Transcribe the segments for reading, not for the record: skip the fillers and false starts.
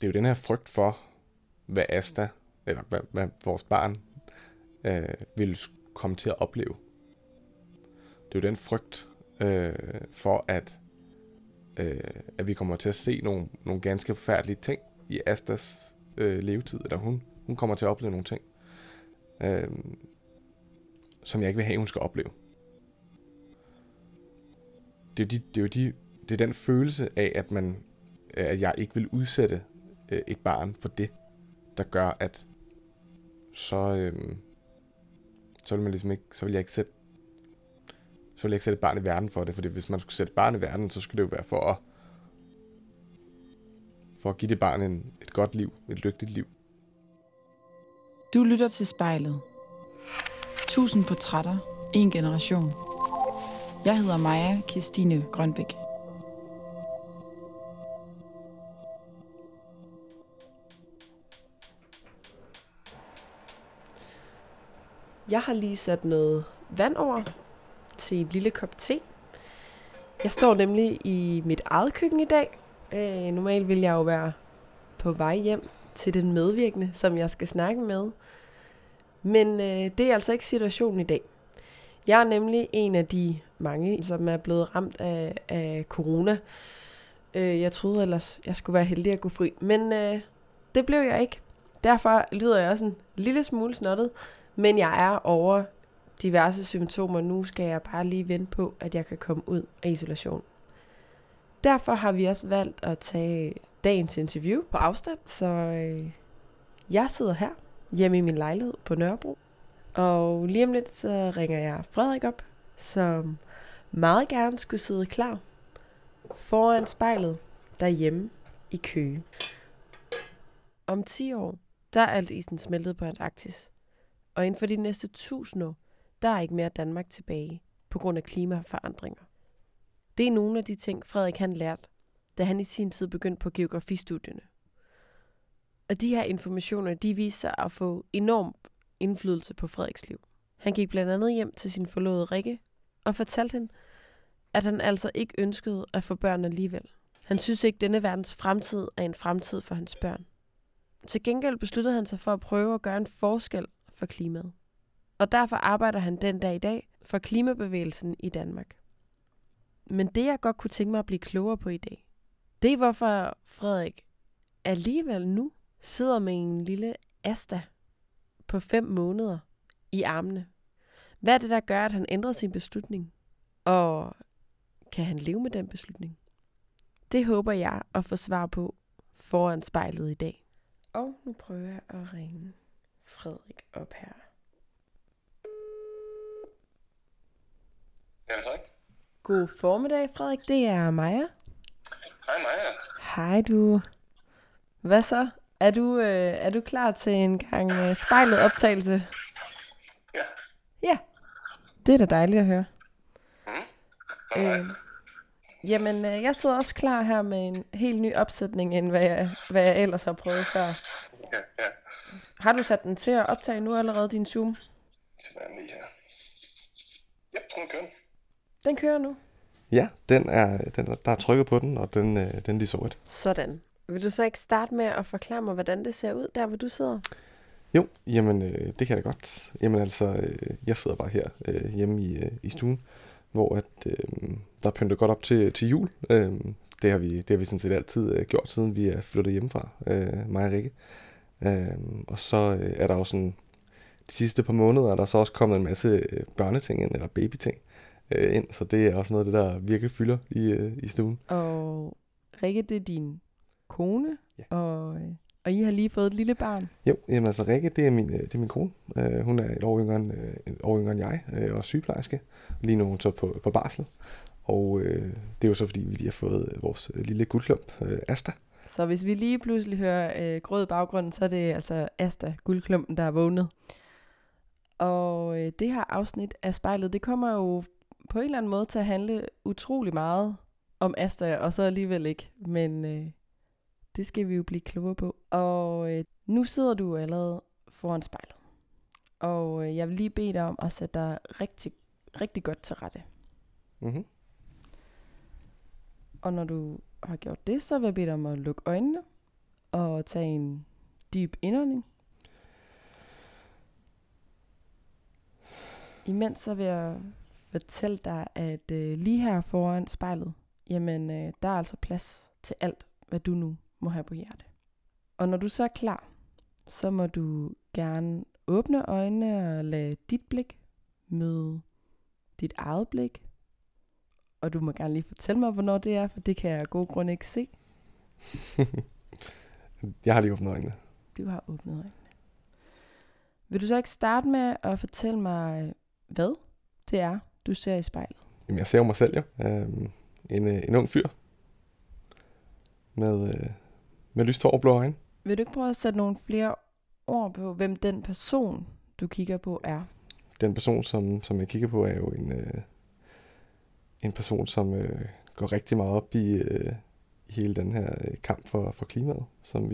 det er jo den her frygt for, hvad Asta, eller hvad vores barn vil komme til at opleve. Det er jo den frygt for, at vi kommer til at se nogle ganske forfærdelige ting i Astas levetid, eller hun kommer til at opleve nogle ting, som jeg ikke vil have, hun skal opleve. Det er den følelse af, at jeg ikke vil udsætte et barn for det, der gør, at så vil man ligesom ikke, så vil jeg ikke sætte et barn i verden for det, fordi hvis man skulle sætte et barn i verden, så skulle det jo være for at give det barn et godt liv, et lykkeligt liv. Du lytter til Spejlet. 1000 portrætter, en generation. Jeg hedder Maja Kirstine Grønbæk. Jeg har lige sat noget vand over til en lille kop te. Jeg står nemlig i mit eget køkken i dag. Normalt vil jeg jo være på vej hjem til den medvirkende, som jeg skal snakke med. Men det er altså ikke situationen i dag. Jeg er nemlig en af de mange, som er blevet ramt af corona. Jeg troede ellers, jeg skulle være heldig at gå fri. Men det blev jeg ikke. Derfor lyder jeg også en lille smule snottet. Men jeg er over diverse symptomer. Nu skal jeg bare lige vente på, at jeg kan komme ud af isolation. Derfor har vi også valgt at tage dagens interview på afstand. Så jeg sidder her hjemme i min lejlighed på Nørrebro. Og lige om lidt så ringer jeg Frederik op, som meget gerne skulle sidde klar foran spejlet derhjemme i Køge. Om 10 år, der er alt isen smeltet på Antarktis. Og inden for de næste 1000 år, der er ikke mere Danmark tilbage på grund af klimaforandringer. Det er nogle af de ting, Frederik han lærte, da han i sin tid begyndte på geografistudierne. Og de her informationer, de viser sig at få enorm indflydelse på Frederiks liv. Han gik blandt andet hjem til sin forlovede Rikke og fortalte hende, at han altså ikke ønskede at få børn alligevel. Han synes ikke, at denne verdens fremtid er en fremtid for hans børn. Til gengæld besluttede han sig for at prøve at gøre en forskel for klimaet. Og derfor arbejder han den dag i dag for klimabevægelsen i Danmark. Men det, jeg godt kunne tænke mig at blive klogere på i dag, det er, hvorfor Frederik alligevel nu sidder med en lille Asta på 5 måneder i armene. Hvad er det, der gør, at han ændrer sin beslutning? Og kan han leve med den beslutning? Det håber jeg at få svar på foran spejlet i dag. Og nu prøver jeg at ringe Frederik op her. Ja, tak. God formiddag, Frederik. Det er Maja. Hej Maja. Hej du. Hvad så? Er du klar til en gang spejlet optagelse? Ja. Ja, det er da dejligt at høre. Okay. Jamen, jeg sidder også klar her med en helt ny opsætning, end hvad jeg ellers har prøvet før. Ja. Har du sat den til at optage nu allerede, din Zoom? Så er den lige her. Ja, den kører. Den kører nu. Ja, der er trykket på den, og den lyser rødt. Sådan. Vil du så ikke starte med at forklare mig, hvordan det ser ud, der hvor du sidder? Jo, jamen det kan jeg da godt. Jamen altså, jeg sidder bare her hjemme i stuen, hvor der er pyntet godt op til jul. Det har vi sådan set altid gjort, siden vi er flyttet hjemmefra, mig og Rikke. Og så er der jo sådan, de sidste par måneder er der så også kommet en masse børneting ind, eller babyting ind, så det er også noget af det, der virkelig fylder i stuen. Og Rikke, det er din kone, ja. Og I har lige fået et lille barn. Jo, jamen altså Rikke, det er min kone. Hun er et år yngre end jeg, og er sygeplejerske. Lige nu er hun så på barsel. Og det er jo så, fordi vi lige har fået vores lille guldklump, Asta. Så hvis vi lige pludselig hører grød i baggrunden, så er det altså Asta, guldklumpen, der er vågnet. Og det her afsnit af spejlet, det kommer jo på en eller anden måde til at handle utrolig meget om Asta, og så alligevel ikke. Men det skal vi jo blive klogere på. Og nu sidder du allerede foran spejlet. Og jeg vil lige bede dig om at sætte dig rigtig, rigtig godt til rette. Mm-hmm. Og når du har gjort det, så vil jeg bede dig om at lukke øjnene og at tage en dyb indånding. Imens så vil jeg fortælle dig, at lige her foran spejlet, jamen der er altså plads til alt, hvad du nu må have på hjerte. Og når du så er klar, så må du gerne åbne øjnene og lade dit blik møde dit eget blik. Og du må gerne lige fortælle mig, hvornår det er, for det kan jeg af gode grunde ikke se. Jeg har lige åbnet øjnene. Du har åbnet øjnene. Vil du så ikke starte med at fortælle mig, hvad det er, du ser i spejlet? Jamen, jeg ser jo mig selv jo. En ung fyr. Med lyst hår og blå øjne. Vil du ikke prøve at sætte nogle flere ord på, hvem den person, du kigger på, er? Den person, som jeg kigger på, er jo en person, som går rigtig meget op i hele den her kamp for klimaet, som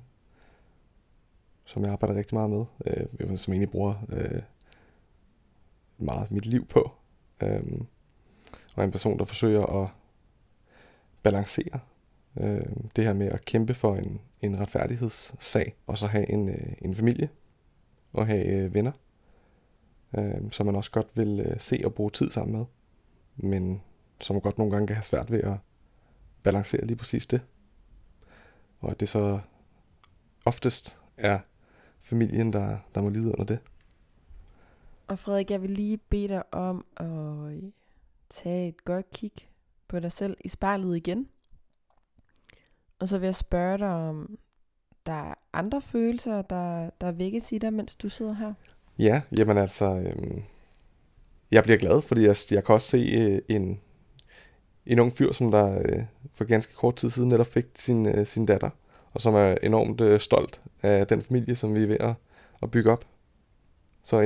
jeg arbejder rigtig meget med, som jeg egentlig bruger meget af mit liv på. Og en person, der forsøger at balancere det her med at kæmpe for en retfærdighedssag, og så have en familie og have venner, som man også godt vil se og bruge tid sammen med, men som godt nogle gange kan have svært ved at balancere lige præcis det. Og at det så oftest er familien, der må lide under det. Og Frederik, jeg vil lige bede dig om at tage et godt kig på dig selv i spejlet igen. Og så vil jeg spørge dig, om der er andre følelser, der vækkes i dig, mens du sidder her? Ja, jamen altså, jeg bliver glad, fordi jeg kan også se en ung fyr, som der for ganske kort tid siden netop fik sin datter, og som er enormt stolt af den familie, som vi er ved at bygge op. Så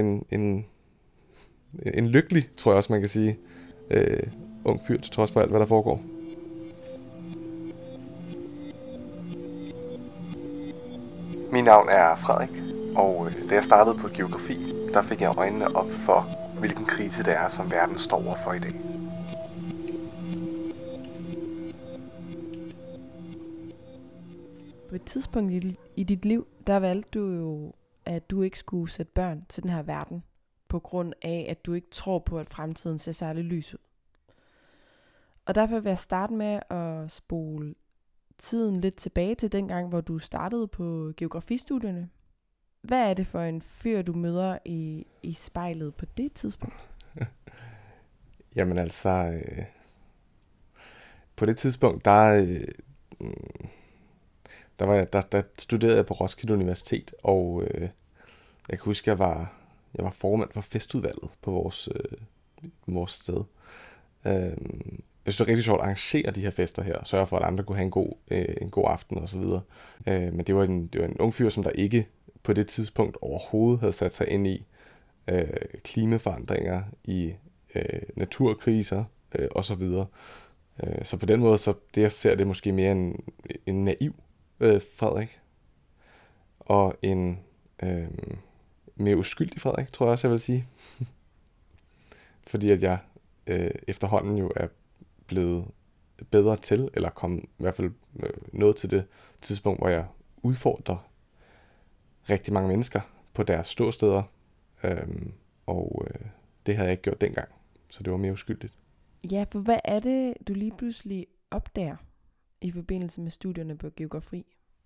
en lykkelig, tror jeg også, man kan sige, ung fyr, til trods for alt, hvad der foregår. Mit navn er Frederik, og da jeg startede på geografi, der fik jeg øjnene op for, hvilken krise det er, som verden står overfor i dag. På et tidspunkt i dit liv, der valgte du jo, at du ikke skulle sætte børn til den her verden, på grund af, at du ikke tror på, at fremtiden ser særlig lys ud. Og derfor vil jeg starte med at spole tiden lidt tilbage til den gang, hvor du startede på geografistudierne. Hvad er det for en fyr, du møder i spejlet på det tidspunkt? Jamen altså, på det tidspunkt, der studerede jeg på Roskilde Universitet, og jeg kan huske, jeg var formand for festudvalget på vores sted. Jeg synes, det er rigtig sjovt at arrangere de her fester her, og sørge for, at andre kunne have en god aften og så videre. Men det var en ung fyr, som der ikke på det tidspunkt overhovedet havde sat sig ind i klimaforandringer, i naturkriser og så videre. Så på den måde, så det jeg ser, det er måske mere en naiv Frederik, og en mere uskyldig Frederik, tror jeg også, jeg vil sige. Fordi at jeg efterhånden jo er blevet bedre til, eller kom i hvert fald nået til det tidspunkt, hvor jeg udfordrer rigtig mange mennesker på deres ståsteder, og det havde jeg ikke gjort dengang, så det var mere uskyldigt. Ja, for hvad er det, du lige pludselig opdager i forbindelse med studierne på geografi?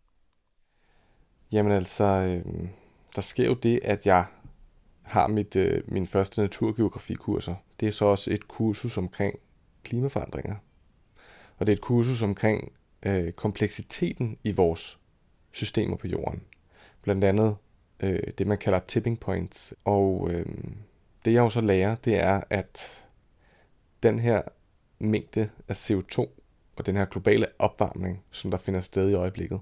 Jamen altså, der sker jo det, at jeg har min første naturgeografikurser. Det er så også et kursus omkring klimaforandringer. Og det er et kursus omkring kompleksiteten i vores systemer på jorden. Blandt andet det, man kalder tipping points. Og det jeg jo så lærer, det er, at den her mængde af CO2 og den her globale opvarmning, som der finder sted i øjeblikket,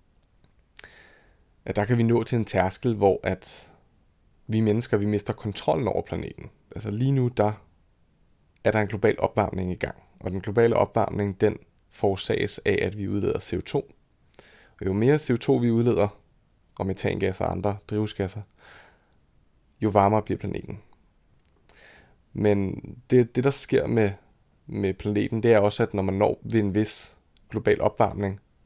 at der kan vi nå til en tærskel, hvor at vi mennesker, vi mister kontrollen over planeten. Altså lige nu, der er der en global opvarmning i gang. Og den globale opvarmning, den forårsages af, at vi udleder CO2. Og jo mere CO2 vi udleder, og metangasser og andre drivhusgasser, jo varmere bliver planeten. Men det der sker med planeten, det er også, at når man når ved en vis global opvarmning,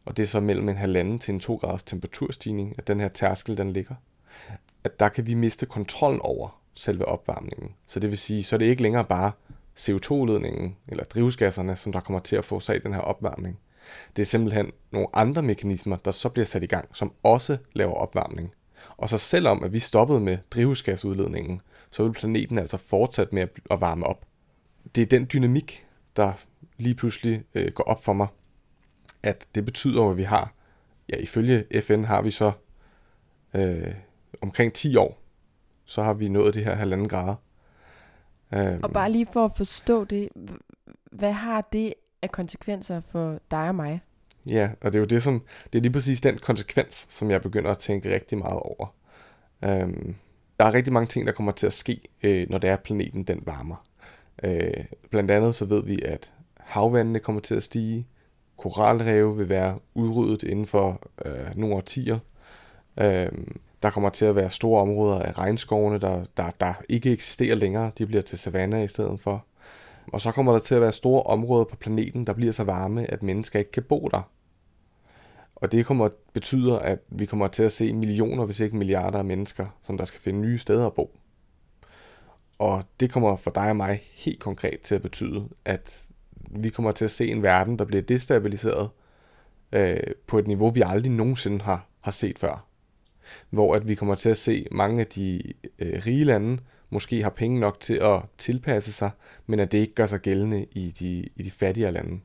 og det er så mellem en 1,5 til en 2 graders temperaturstigning, at den her tærskel den ligger, at der kan vi miste kontrollen over selve opvarmningen. Så det vil sige, så er det ikke længere bare CO2-udledningen eller drivhusgasserne, som der kommer til at forårsage den her opvarmning. Det er simpelthen nogle andre mekanismer, der så bliver sat i gang, som også laver opvarmning. Og så selvom at vi stoppede med drivhusgasudledningen, så vil planeten altså fortsætte med at varme op. Det er den dynamik, der lige pludselig går op for mig, at det betyder, at vi har, ja, ifølge FN har vi så omkring 10 år, så har vi nået det her 1,5 grader. Og bare lige for at forstå det, hvad har det af konsekvenser for dig og mig? Ja, og det er jo det er lige præcis den konsekvens, som jeg begynder at tænke rigtig meget over. Der er rigtig mange ting, der kommer til at ske, når det er planeten den varmer. Blandt andet så ved vi, at havvandene kommer til at stige, koralrev vil være udryddet inden for nogle årtier. Der kommer til at være store områder af regnskovene, der ikke eksisterer længere. De bliver til savanner i stedet for. Og så kommer der til at være store områder på planeten, der bliver så varme, at mennesker ikke kan bo der. Og det betyder, at vi kommer til at se millioner, hvis ikke milliarder af mennesker, som der skal finde nye steder at bo. Og det kommer for dig og mig helt konkret til at betyde, at vi kommer til at se en verden, der bliver destabiliseret på et niveau, vi aldrig nogensinde har set før. Hvor at vi kommer til at se mange af de rige lande måske har penge nok til at tilpasse sig, men at det ikke gør sig gældende i de fattigere lande.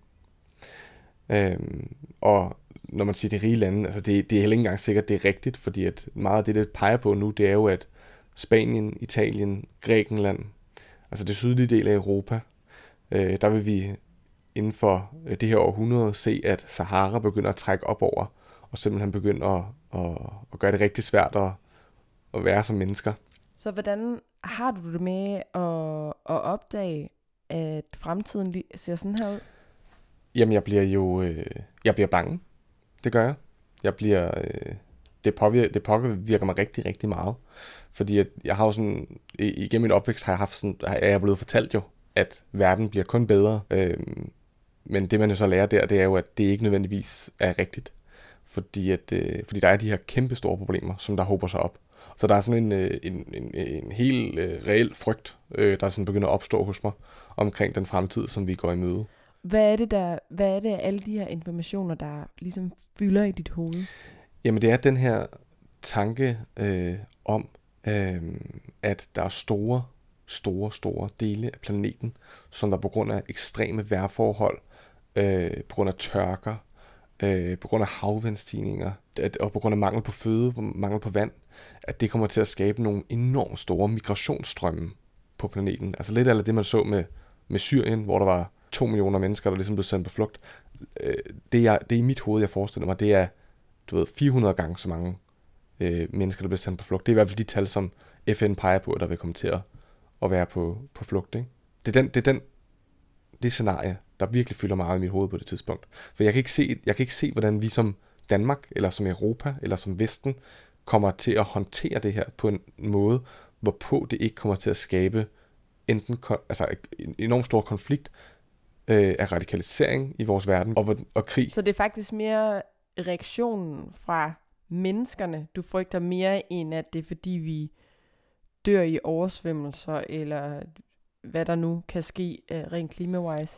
Og når man siger de rige lande, altså det er heller ikke engang sikkert, det er rigtigt, fordi at meget af det peger på nu, det er jo, at Spanien, Italien, Grækenland, altså det sydlige del af Europa, der vil vi inden for det her århundrede se, at Sahara begynder at trække op over, og simpelthen begynder at gøre det rigtig svært at være som mennesker. Så hvordan har du det med at opdage, at fremtiden ser sådan her ud? Jamen, jeg bliver bange. Det gør jeg. Det påvirker mig rigtig, rigtig meget. Fordi at jeg har jo sådan, igennem min opvækst er jeg blevet fortalt jo, at verden bliver kun bedre. Men det man jo så lærer der, det er jo, at det ikke nødvendigvis er rigtigt. Fordi der er de her kæmpe store problemer, som der hober sig op. Så der er sådan en helt reel frygt, der sådan begynder at opstå hos mig omkring den fremtid, som vi går i møde. Hvad er det alle de her informationer, der ligesom fylder i dit hoved? Jamen det er den her tanke om, at der er store dele af planeten, som der på grund af ekstreme vejrforhold, på grund af tørker, på grund af havvandstigninger, og på grund af mangel på føde, mangel på vand, at det kommer til at skabe nogle enormt store migrationsstrømme på planeten. Altså lidt af det, man så med Syrien, hvor der var 2 millioner mennesker, der ligesom blev sendt på flugt. Det er i mit hoved, jeg forestiller mig, det er 400 gange så mange mennesker, der bliver sendt på flugt. Det er i hvert fald de tal, som FN peger på, der vil komme til at være på flugt. Ikke? Det er det scenarie, der virkelig fylder meget i mit hoved på det tidspunkt. For jeg kan ikke se, hvordan vi som Danmark, eller som Europa, eller som Vesten, kommer til at håndtere det her på en måde, hvorpå det ikke kommer til at skabe enten en enormt stor konflikt af radikalisering i vores verden og krig. Så det er faktisk mere reaktionen fra menneskerne, du frygter mere end at det er fordi vi dør i oversvømmelser, eller hvad der nu kan ske rent klimawise?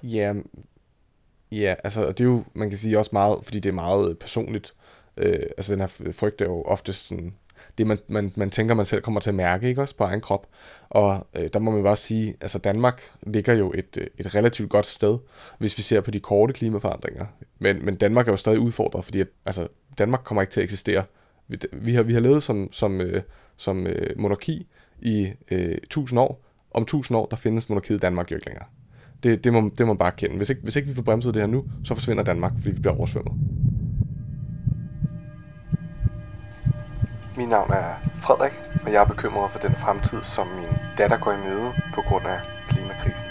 Ja, altså det er jo, man kan sige også meget, fordi det er meget personligt. Altså den her frygt er jo oftest sådan, det man tænker, man selv kommer til at mærke, ikke også, på egen krop. Og der må man bare sige, altså Danmark ligger jo et relativt godt sted, hvis vi ser på de korte klimaforandringer. Men Danmark er jo stadig udfordret, fordi altså Danmark kommer ikke til at eksistere. Vi har levet som monarki i 1000 år. Om 1000 år, der findes monarkiet i Danmark jo ikke længere. Det må man bare kende. Hvis ikke vi får bremset det her nu, så forsvinder Danmark, fordi vi bliver oversvømmet. Mit navn er Frederik, og jeg er bekymret for den fremtid, som min datter går i møde på grund af klimakrisen.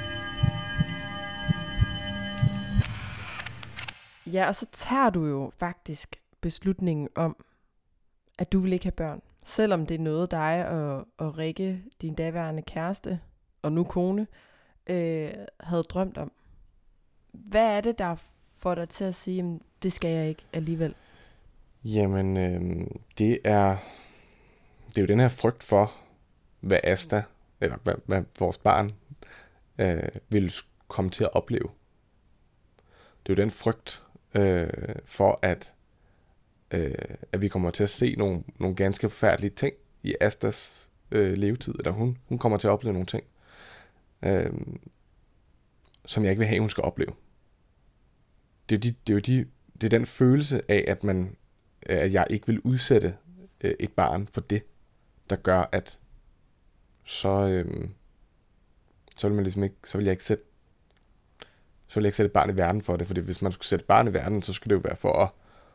Ja, og så tager du jo faktisk beslutningen om, at du vil ikke have børn. Selvom det er noget dig og Rikke, din daværende kæreste, og nu kone, havde drømt om. Hvad er det, der får dig til at sige, det skal jeg ikke alligevel? Jamen, det er jo den her frygt for, hvad Asta, eller hvad vores barn, vil komme til at opleve. Det er jo den frygt for, at vi kommer til at se nogle ganske forfærdelige ting i Astas levetid, eller hun kommer til at opleve nogle ting, som jeg ikke vil have, hun skal opleve. Det er den følelse af, at jeg ikke vil udsætte et barn for det, der gør, at så vil man ligesom ikke, så vil jeg ikke sætte et barn i verden for det, fordi hvis man skulle sætte et barn i verden, så skulle det jo være for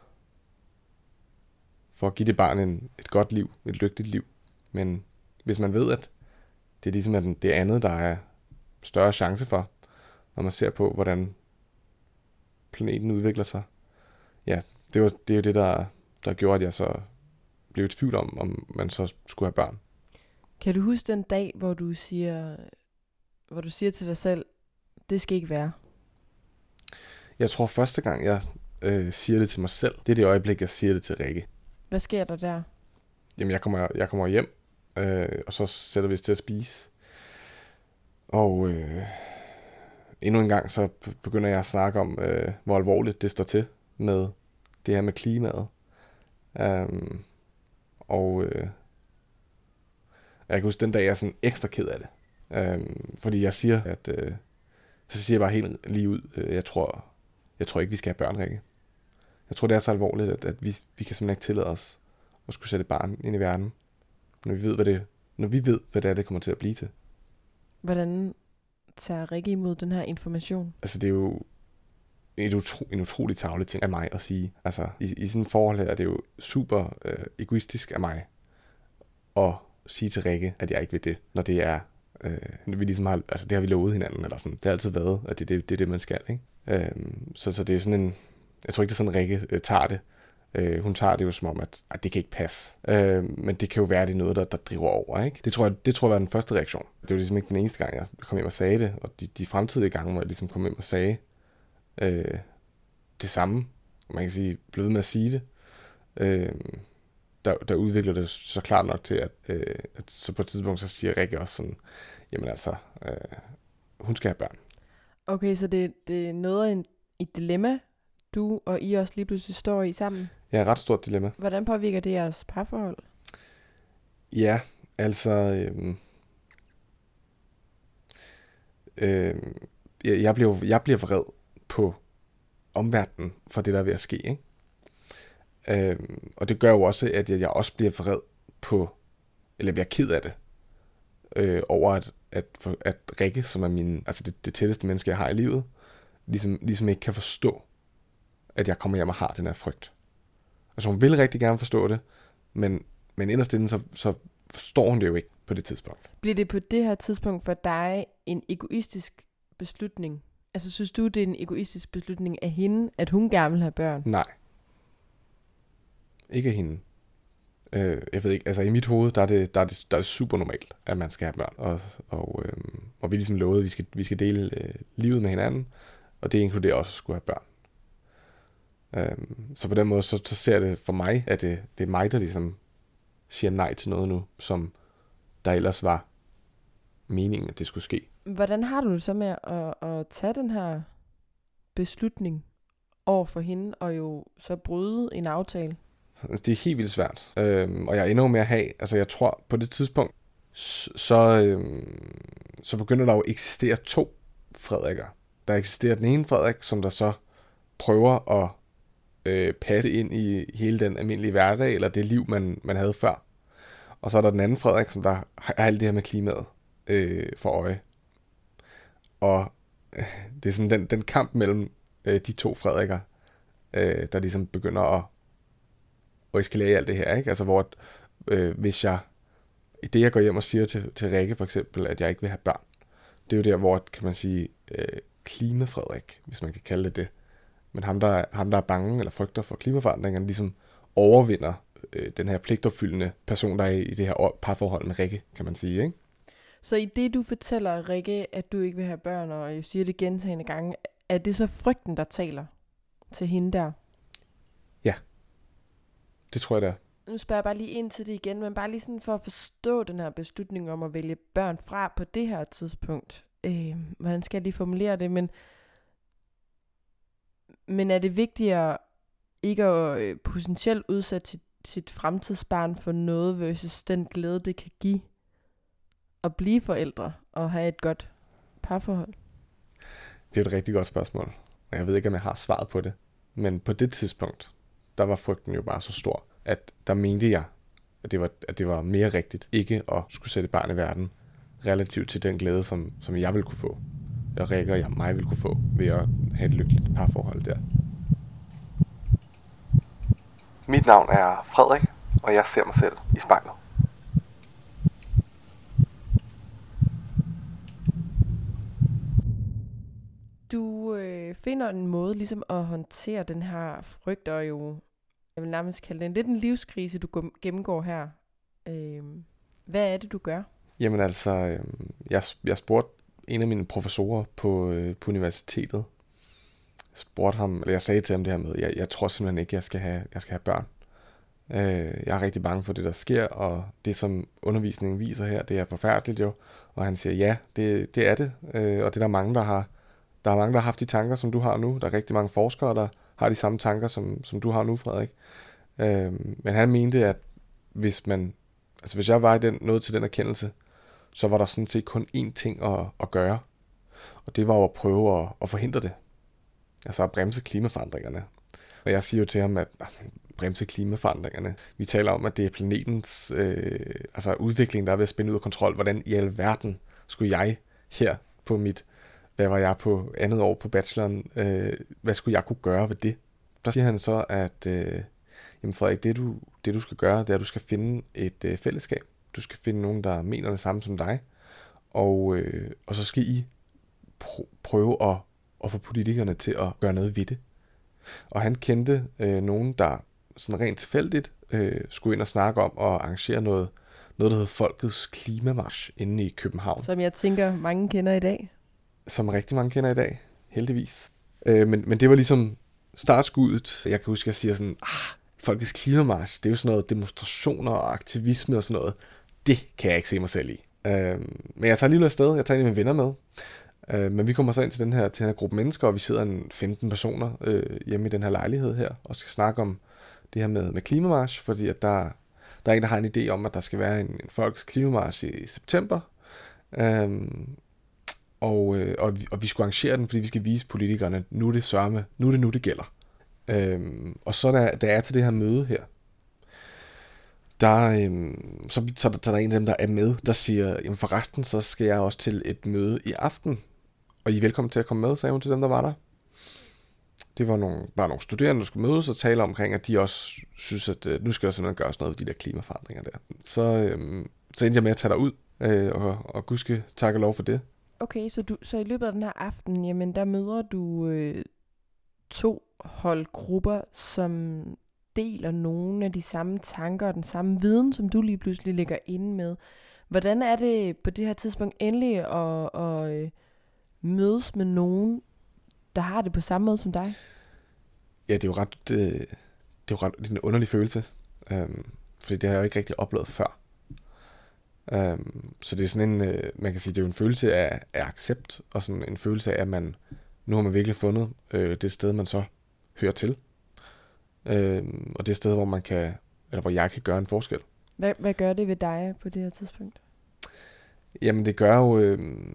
at give det barn et godt liv, et lykkeligt liv. Men hvis man ved, at det er ligesom det andet, der er større chance for, når man ser på, hvordan planeten udvikler sig. Ja, det er jo det, der gjorde, at jeg så blev i tvivl om man så skulle have børn. Kan du huske den dag, hvor du siger til dig selv, det skal ikke være? Jeg tror første gang, jeg siger det til mig selv, det er det øjeblik, jeg siger det til Rikke. Hvad sker der der? Jamen, jeg kommer hjem, og så sætter vi os til at spise. Og endnu en gang, så begynder jeg at snakke om, hvor alvorligt det står til med det her med klimaet. Jeg kan huske, den dag jeg er sådan ekstra ked af det. Fordi jeg siger, så siger jeg bare helt lige ud, jeg tror ikke, vi skal have børn, Rikke. Jeg tror, det er så alvorligt, at vi kan simpelthen ikke tillade os at skulle sætte et barn ind i verden, når vi ved, hvad det er, det kommer til at blive til. Hvordan tager Rikke imod den her information? Altså, det er jo en utrolig tarvelig ting af mig at sige. Altså, i sådan et forhold her er det jo super egoistisk af mig at sige til Rikke, at jeg ikke vil det, når det er, vi ligesom har, altså det har vi lovet hinanden, eller sådan. Det har altid været, at det er det, man skal, ikke? Så det er sådan en, jeg tror ikke, det er sådan, Rikke tager det. Hun tager det jo som om, at det kan ikke passe. Men det kan jo være, at det er noget, der driver over, ikke? Det tror jeg var den første reaktion. Det var ligesom ikke den eneste gang, jeg kom hjem og sagde det, og de fremtidige gange, hvor jeg ligesom kom hjem og sagde det samme, man kan sige, blev ved med at sige det, der udvikler det så klart nok til, at så på et tidspunkt, så siger Rikke også sådan, jamen altså, hun skal have børn. Okay, så det er noget af et dilemma, du og I også lige pludselig står i sammen? Ja, et ret stort dilemma. Hvordan påvirker det jeres parforhold? Ja, altså, jeg bliver vred på omverdenen for det, der er ved at ske, ikke? Og det gør jo også, at jeg også bliver vred på, eller bliver ked af det, over at Rikke, som er altså det tætteste menneske, jeg har i livet, ligesom ikke kan forstå, at jeg kommer hjem og har den her frygt. Altså hun vil rigtig gerne forstå det, men inderst inden, så forstår hun det jo ikke på det tidspunkt. Bliver det på det her tidspunkt for dig en egoistisk beslutning? Altså synes du, det er en egoistisk beslutning af hende, at hun gerne vil have børn? Nej. Ikke af hende. Jeg ved ikke, altså i mit hoved, der er det super normalt, at man skal have børn. Og vi ligesom lovede, at vi skal dele livet med hinanden, og det inkluderer også at skulle have børn. Så på den måde, så ser det for mig, at det er mig, der ligesom siger nej til noget nu, som der ellers var meningen, at det skulle ske. Hvordan har du det så med at tage den her beslutning over for hende, og jo så bryde en aftale? Det er helt vildt svært. Og jeg ender jo med at have, altså jeg tror på det tidspunkt, så begynder der jo at eksistere 2 Frederikker. Der eksisterer den ene Frederik, som der så prøver at passe ind i hele den almindelige hverdag, eller det liv, man havde før. Og så er der den anden Frederik, som der har alt det her med klimaet for øje. Og det er sådan den kamp mellem de 2 Frederikker, der ligesom begynder at eskalere i alt det her, ikke? Altså hvor hvis jeg i det jeg går hjem og siger til Rikke for eksempel, at jeg ikke vil have børn, det er jo der, hvor kan man sige klima-Frederik, hvis man kan kalde det. Men ham der er bange eller frygter for klimaforandringerne, ligesom overvinder den her pligtopfyldende person, der er i det her parforhold med Rikke, kan man sige, ikke? Så i det, du fortæller Rikke, at du ikke vil have børn, og jeg siger det gentagne gange, er det så frygten, der taler til hende der? Det tror jeg, det er. Nu spørger jeg bare lige ind til det igen, men bare lige sådan for at forstå den her beslutning om at vælge børn fra på det her tidspunkt. Hvordan skal jeg lige formulere det? Men er det vigtigere ikke at potentielt udsætte sit fremtidsbarn for noget versus den glæde, det kan give at blive forældre og have et godt parforhold? Det er et rigtig godt spørgsmål, og jeg ved ikke, om jeg har svaret på det. Men på det tidspunkt, der var frygten jo bare så stor, at der mente jeg, at det var mere rigtigt ikke at skulle sætte barn i verden, relativt til den glæde, som jeg ville kunne få, og Rikke og mig ville kunne få, ved at have et lykkeligt parforhold der. Mit navn er Frederik, og jeg ser mig selv i spejlet. Du finder en måde ligesom at håndtere den her frygt, og jo, jeg vil nærmest kalde det lidt en livskrise, du gennemgår her. Hvad er det, du gør? Jamen altså, jeg spurgte en af mine professorer på universitetet. Jeg sagde til ham det her med, jeg tror simpelthen ikke, jeg skal have børn. Jeg er rigtig bange for det, der sker, og det, som undervisningen viser her, det er forfærdeligt jo. Og han siger, ja, det er det, og det er der mange, der har. Der er mange, der har haft de tanker, som du har nu. Der er rigtig mange forskere, der har de samme tanker, som du har nu, Frederik. Men han mente, at hvis jeg var nået til den erkendelse, så var der sådan set kun én ting at gøre. Og det var at prøve at forhindre det. Altså at bremse klimaforandringerne. Og jeg siger jo til ham, at bremse klimaforandringerne. Vi taler om, at det er planetens udvikling, der er ved at spænde ud af kontrol. Hvordan i alverden skulle jeg her på hvad var jeg på andet år på bacheloren, hvad skulle jeg kunne gøre ved det? Der siger han så, at jamen Frederik, det du skal gøre, det er, at du skal finde et fællesskab. Du skal finde nogen, der mener det samme som dig. Og så skal I prøve at få politikerne til at gøre noget ved det. Og han kendte nogen, der sådan rent tilfældigt skulle ind og snakke om at arrangere noget, der hedder Folkets Klimamarch inde i København. Som jeg tænker, mange kender i dag. Som rigtig mange kender i dag, heldigvis. Men det var ligesom startskuddet. Jeg kan huske, at jeg siger sådan, Folkets Klimamarch, det er jo sådan noget demonstrationer og aktivisme og sådan noget. Det kan jeg ikke se mig selv i. Men jeg tager alligevel afsted, jeg tager en af mine venner med. Men vi kommer så ind til den her gruppe mennesker, og vi sidder 15 personer hjemme i den her lejlighed her, og skal snakke om det her med klimamarch, fordi at der er en, der har en idé om, at der skal være en Folkets Klimamarch i september. Og vi skulle arrangere den, fordi vi skal vise politikerne, nu er det det gælder. Og så da jeg er til det her møde her, så er der en af dem, der er med, der siger, jamen forresten, så skal jeg også til et møde i aften, og I er velkommen til at komme med, sagde hun til dem, der var der. Det var bare nogle studerende, der skulle mødes og tale omkring, at de også synes, at nu skal der simpelthen gøres noget ved de der klimaforandringer der. Så endte jeg med at tage derud, og gudske tak og lov for det. Okay, så i løbet af den her aften, jamen der møder du 2 holdgrupper, som deler nogle af de samme tanker og den samme viden, som du lige pludselig ligger inde med. Hvordan er det på det her tidspunkt endelig at mødes med nogen, der har det på samme måde som dig? Ja, det er jo ret en underlig følelse, fordi det har jeg jo ikke rigtig oplevet før. Så det er sådan man kan sige, det er jo en følelse af accept, og sådan en følelse af, at nu har man virkelig fundet det sted, man så hører til. Og det sted, hvor jeg kan gøre en forskel. Hvad gør det ved dig på det her tidspunkt? Jamen det gør jo,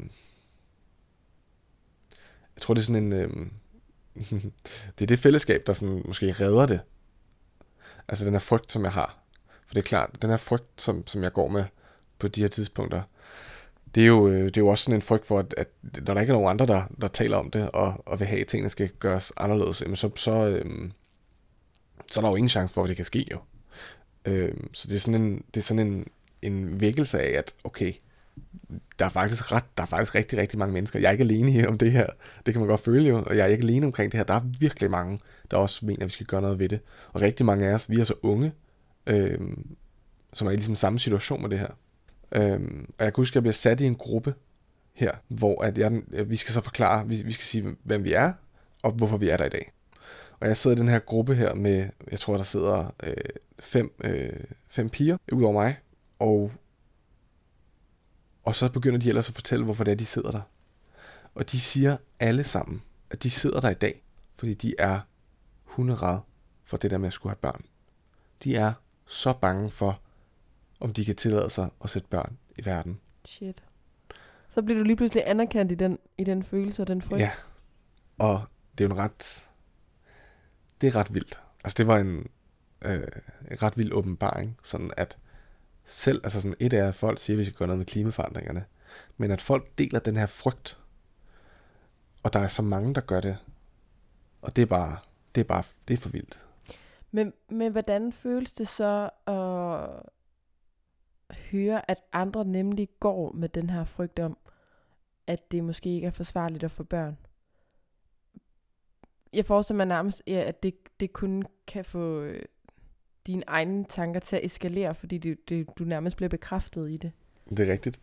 jeg tror det er sådan det er det fællesskab, der sådan måske redder det. Altså den her frygt, som jeg har. For det er klart, den her frygt, som jeg går med på de her tidspunkter, det er jo også sådan en frygt for, at når der ikke er nogen andre, der taler om det, og vil have, at tingene skal gøres anderledes, så er der jo ingen chance for, at det kan ske jo. Så det er sådan en vækkelse af, at okay, der er faktisk rigtig, rigtig mange mennesker. Jeg er ikke alene her om det her. Det kan man godt føle jo, og jeg er ikke alene omkring det her. Der er virkelig mange, der også mener, at vi skal gøre noget ved det. Og rigtig mange af os, vi er så unge, som er i ligesom samme situation med det her. Og jeg kan huske, at jeg bliver sat i en gruppe her, hvor at vi skal så forklare, vi skal sige, hvem vi er, og hvorfor vi er der i dag. Og jeg sidder i den her gruppe her med, jeg tror, der sidder 5 piger ud over mig. Og så begynder de ellers at fortælle, hvorfor det er, de sidder der. Og de siger alle sammen, at de sidder der i dag, fordi de er hunderad for det der med at skulle have børn. De er så bange for, om de kan tillade sig at sætte børn i verden. Shit. Så bliver du lige pludselig anerkendt i den følelse og den frygt. Ja, og det er jo det er ret vildt. Altså det var en ret vild åbenbaring, sådan at selv, altså sådan et er, at folk siger, at vi skal gøre noget med klimaforandringerne, men at folk deler den her frygt, og der er så mange, der gør det, og det er for vildt. Men hvordan føles det så at høre, at andre nemlig går med den her frygt om, at det måske ikke er forsvarligt at få børn? Jeg forestiller mig nærmest, at det kun kan få dine egne tanker til at eskalere, fordi du nærmest bliver bekræftet i det. Det er rigtigt.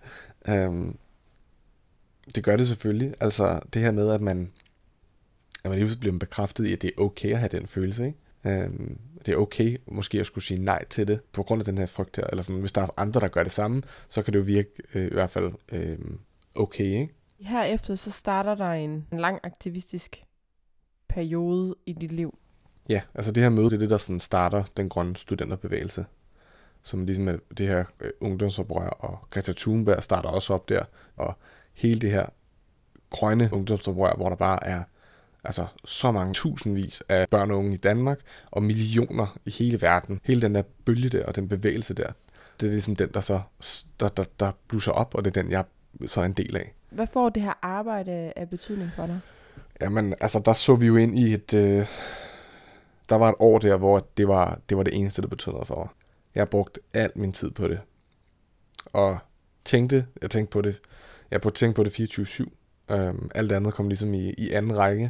Det gør det selvfølgelig. Altså det her med, at man lige bliver bekræftet i, at det er okay at have den følelse, ikke? Det er okay måske at skulle sige nej til det, på grund af den her frygt her. Eller sådan, hvis der er andre, der gør det samme, så kan det jo virke i hvert fald okay, ikke? Herefter så starter der en lang aktivistisk periode i dit liv. Ja, altså det her møde, det er det, der sådan starter den grønne studenterbevægelse. Som ligesom er det her ungdomsoprør, og Greta Thunberg starter også op der. Og hele det her grønne ungdomsoprør, hvor der bare er altså så mange tusindvis af børn og unge i Danmark, og millioner i hele verden. Hele den der bølge der, og den bevægelse der, det er ligesom den, der så der blusser op, og det er den, jeg så er en del af. Hvad får det her arbejde af betydning for dig? Jamen, altså der så vi jo ind i et... der var et år der, hvor det var det eneste, der betød noget for mig. Jeg har brugt al min tid på det. Og jeg tænkte på det 24/7. Alt andet kom ligesom i anden række.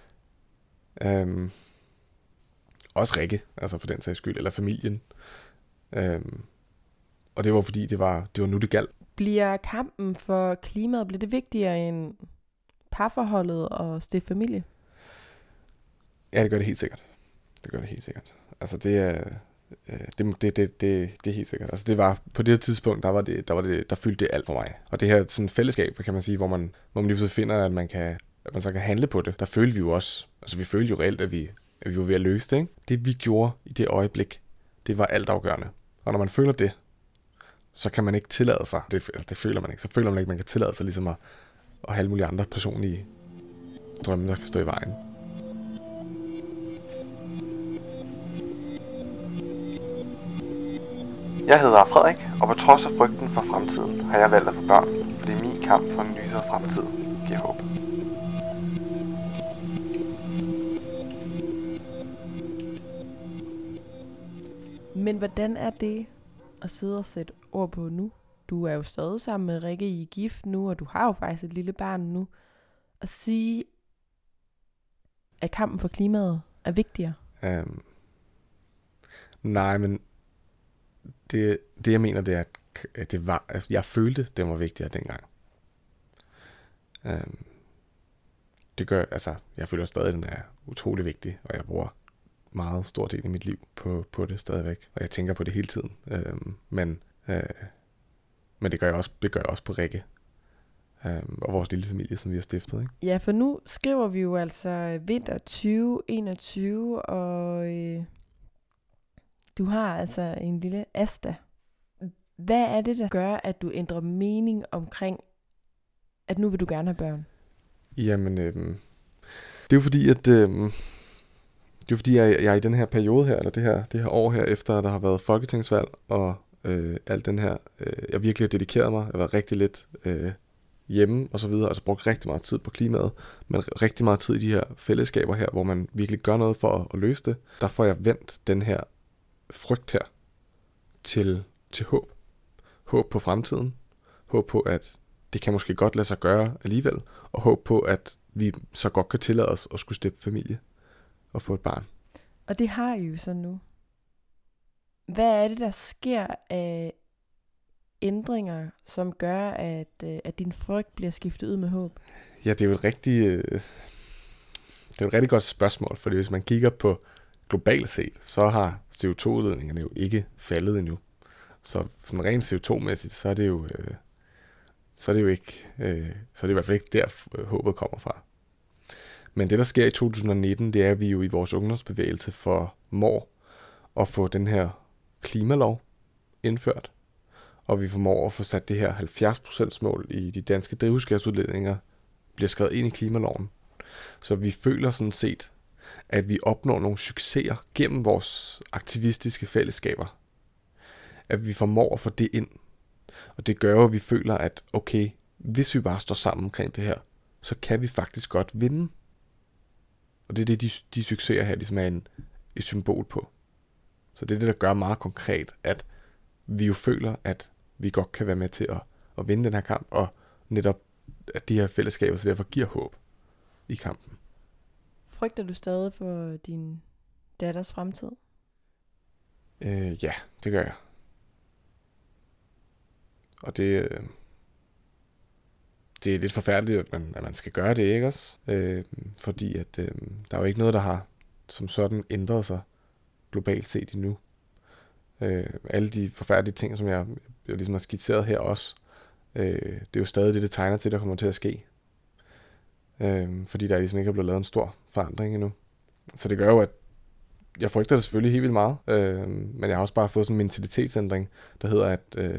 Også Rikke, altså for den sags skyld, eller familien. Og det var fordi, det var nu det galt. Bliver kampen for klimaet, bliver det vigtigere end parforholdet og stifte familie? Ja, det gør det helt sikkert. Altså det er helt sikkert. Altså det var på det her tidspunkt, der fyldte det alt for mig. Og det her sådan fællesskab, kan man sige, hvor man lige pludselig finder, at man så kan handle på det. Der følte vi jo også, altså vi følte jo reelt, at vi var ved at løse det, ikke? Det vi gjorde i det øjeblik, det var altafgørende. Og når man føler det, så kan man ikke tillade sig, det føler man ikke, så føler man ikke, at man kan tillade sig ligesom at have alle mulige andre personlige drømme, der kan stå i vejen. Jeg hedder Frederik, og på trods af frygten for fremtiden, har jeg valgt at få børn, fordi min kamp for en lysere fremtid giver håb. Men hvordan er det at sidde og sætte ord på nu? Du er jo stadig sammen med Rikke, I er gift nu, og du har jo faktisk et lille barn nu. At sige, at kampen for klimaet er vigtigere? Nej, men det jeg mener, det er, at det var, at jeg følte, det var vigtigere dengang. Det gør, altså, jeg føler stadig, at den er utrolig vigtig, og jeg bruger meget stor del af mit liv på det stadigvæk, og jeg tænker på det hele tiden. Men det gør jeg også på Rikke, og vores lille familie, som vi har stiftet, ikke? Ja, for nu skriver vi jo altså vinter 2021, og du har altså en lille Asta. Hvad er det, der gør, at du ændrer mening omkring, at nu vil du gerne have børn? Jamen, det er jo fordi, at jeg er i den her periode her, eller det her år her, efter der har været folketingsvalg, og alt den her, jeg virkelig har dedikeret mig, jeg har været rigtig lidt hjemme, og så videre, altså brugt rigtig meget tid på klimaet, men rigtig meget tid i de her fællesskaber her, hvor man virkelig gør noget for at løse det. Der får jeg vendt den her frygt her til håb. Håb på fremtiden. Håb på, at det kan måske godt lade sig gøre alligevel. Og håb på, at vi så godt kan tillade os at skulle stifte familie og få et barn. Og det har I jo så nu. Hvad er det, der sker af ændringer, som gør, at din frygt bliver skiftet ud med håb? Ja, det er jo et rigtig... Det er et rigtig godt spørgsmål, fordi hvis man kigger på globalt set, så har CO2-udledningerne jo ikke faldet endnu. Så sådan rent CO2-mæssigt, så er det jo ikke, så er det i hvert fald ikke der håbet kommer fra. Men det, der sker i 2019, det er, at vi jo i vores ungdomsbevægelse formår at få den her klimalov indført, og vi formår at få sat det her 70% mål i de danske drivhusgasudledninger, bliver skrevet ind i klimaloven. Så vi føler sådan set, at vi opnår nogle succeser gennem vores aktivistiske fællesskaber. At vi formår at få det ind. Og det gør jo, at vi føler, at okay, hvis vi bare står sammen omkring det her, så kan vi faktisk godt vinde. Og det er det, de succeser her ligesom er et symbol på. Så det er det, der gør meget konkret, at vi jo føler, at vi godt kan være med til at vinde den her kamp, og netop at de her fællesskaber så derfor giver håb i kampen. Frygter du stadig for din datters fremtid? Ja, det gør jeg. Og det er lidt forfærdeligt, at man skal gøre det, ikke også? Fordi at der er jo ikke noget, der har som sådan ændret sig globalt set endnu. Alle de forfærdelige ting, som jeg ligesom har skitseret her også, det er jo stadig det tegner til, der kommer til at ske. Fordi der ligesom ikke er blevet lavet en stor forandring endnu. Så det gør jo, at jeg frygter det selvfølgelig helt vildt meget, men jeg har også bare fået sådan en mentalitetsændring, der hedder,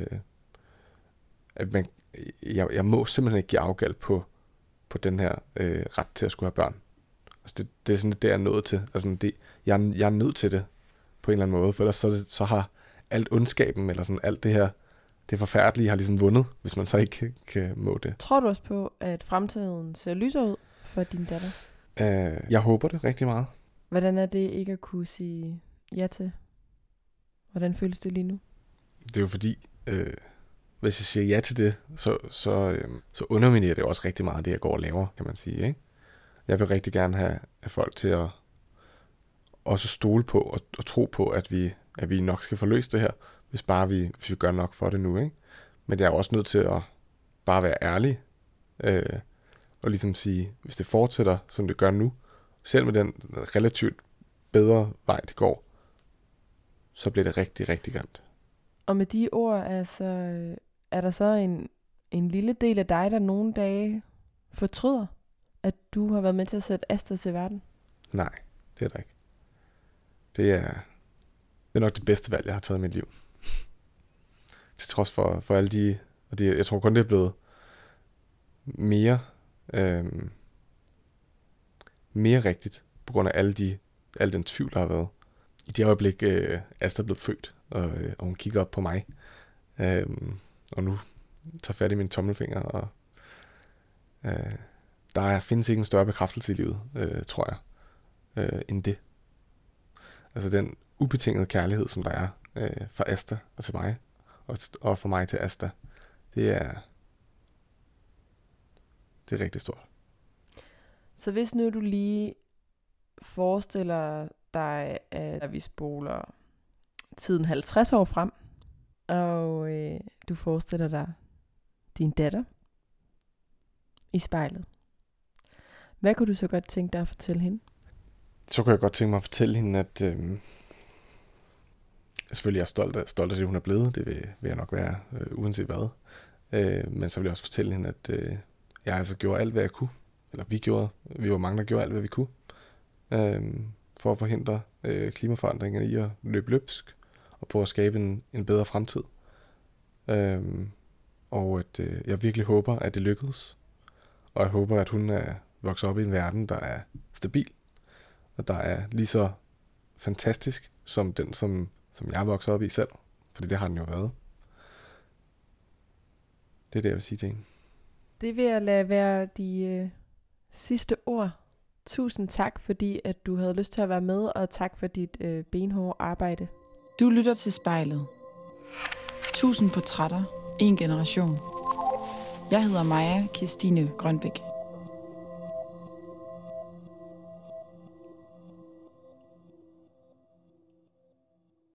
at jeg må simpelthen ikke give afkald på den her ret til at skulle have børn. Altså det er sådan det, jeg er nået til. Altså jeg er nødt til det på en eller anden måde, for ellers så har alt ondskaben, eller sådan alt det her, det forfærdelige har ligesom vundet, hvis man så ikke kan må det. Tror du også på, at fremtiden ser lysere ud for din datter? Jeg håber det rigtig meget. Hvordan er det ikke at kunne sige ja til? Hvordan føles det lige nu? Det er jo fordi, hvis jeg siger ja til det, så underminerer det også rigtig meget det, jeg går og laver, kan man sige. Ikke? Jeg vil rigtig gerne have folk til at også stole på og tro på, at vi nok skal få løst det her, hvis vi gør nok for det nu. Ikke? Men jeg er også nødt til at bare være ærlig og ligesom sige, hvis det fortsætter, som det gør nu, selv med den relativt bedre vej, det går, så bliver det rigtig, rigtig grimt. Og med de ord, altså, er der så en lille del af dig, der nogle dage fortryder, at du har været med til at sætte Asta til verden? Nej, det er der ikke. Det er nok det bedste valg, jeg har taget i mit liv. Til trods for alle de... Og jeg tror kun, det er blevet mere rigtigt, på grund af al den tvivl, der har været. I det øjeblik, Asta er blevet født, og hun kigger op på mig, og nu tager fat i mine tommelfinger, og findes ikke en større bekræftelse i livet, tror jeg, end det. Altså den ubetingede kærlighed, som der er fra Asta og til mig, og fra mig til Asta, det er rigtig stort. Så hvis nu du lige forestiller dig, at vi spoler tiden 50 år frem, og du forestiller dig din datter i spejlet, hvad kunne du så godt tænke dig at fortælle hende? Så kunne jeg godt tænke mig at fortælle hende, at selvfølgelig er jeg stolt af det, hun er blevet. Det vil jeg nok være, uanset hvad. Men så vil jeg også fortælle hende, at jeg altså gjorde alt, hvad jeg kunne. Eller vi var mange, der gjorde alt, hvad vi kunne. For at forhindre klimaforandringerne i at løbe løbsk. Og på at skabe en bedre fremtid. Og at jeg virkelig håber, at det lykkedes. Og jeg håber, at hun er vokset op i en verden, der er stabil. Og der er lige så fantastisk, som den, som jeg er vokset op i selv. Fordi det har den jo været. Det er det, jeg vil sige til hende. Det vil jeg lade være de sidste ord. Tusind tak, fordi at du havde lyst til at være med, og tak for dit benhårde arbejde. Du lytter til Spejlet. 1000 portrætter, en generation. Jeg hedder Maja Kirstine Grønbæk.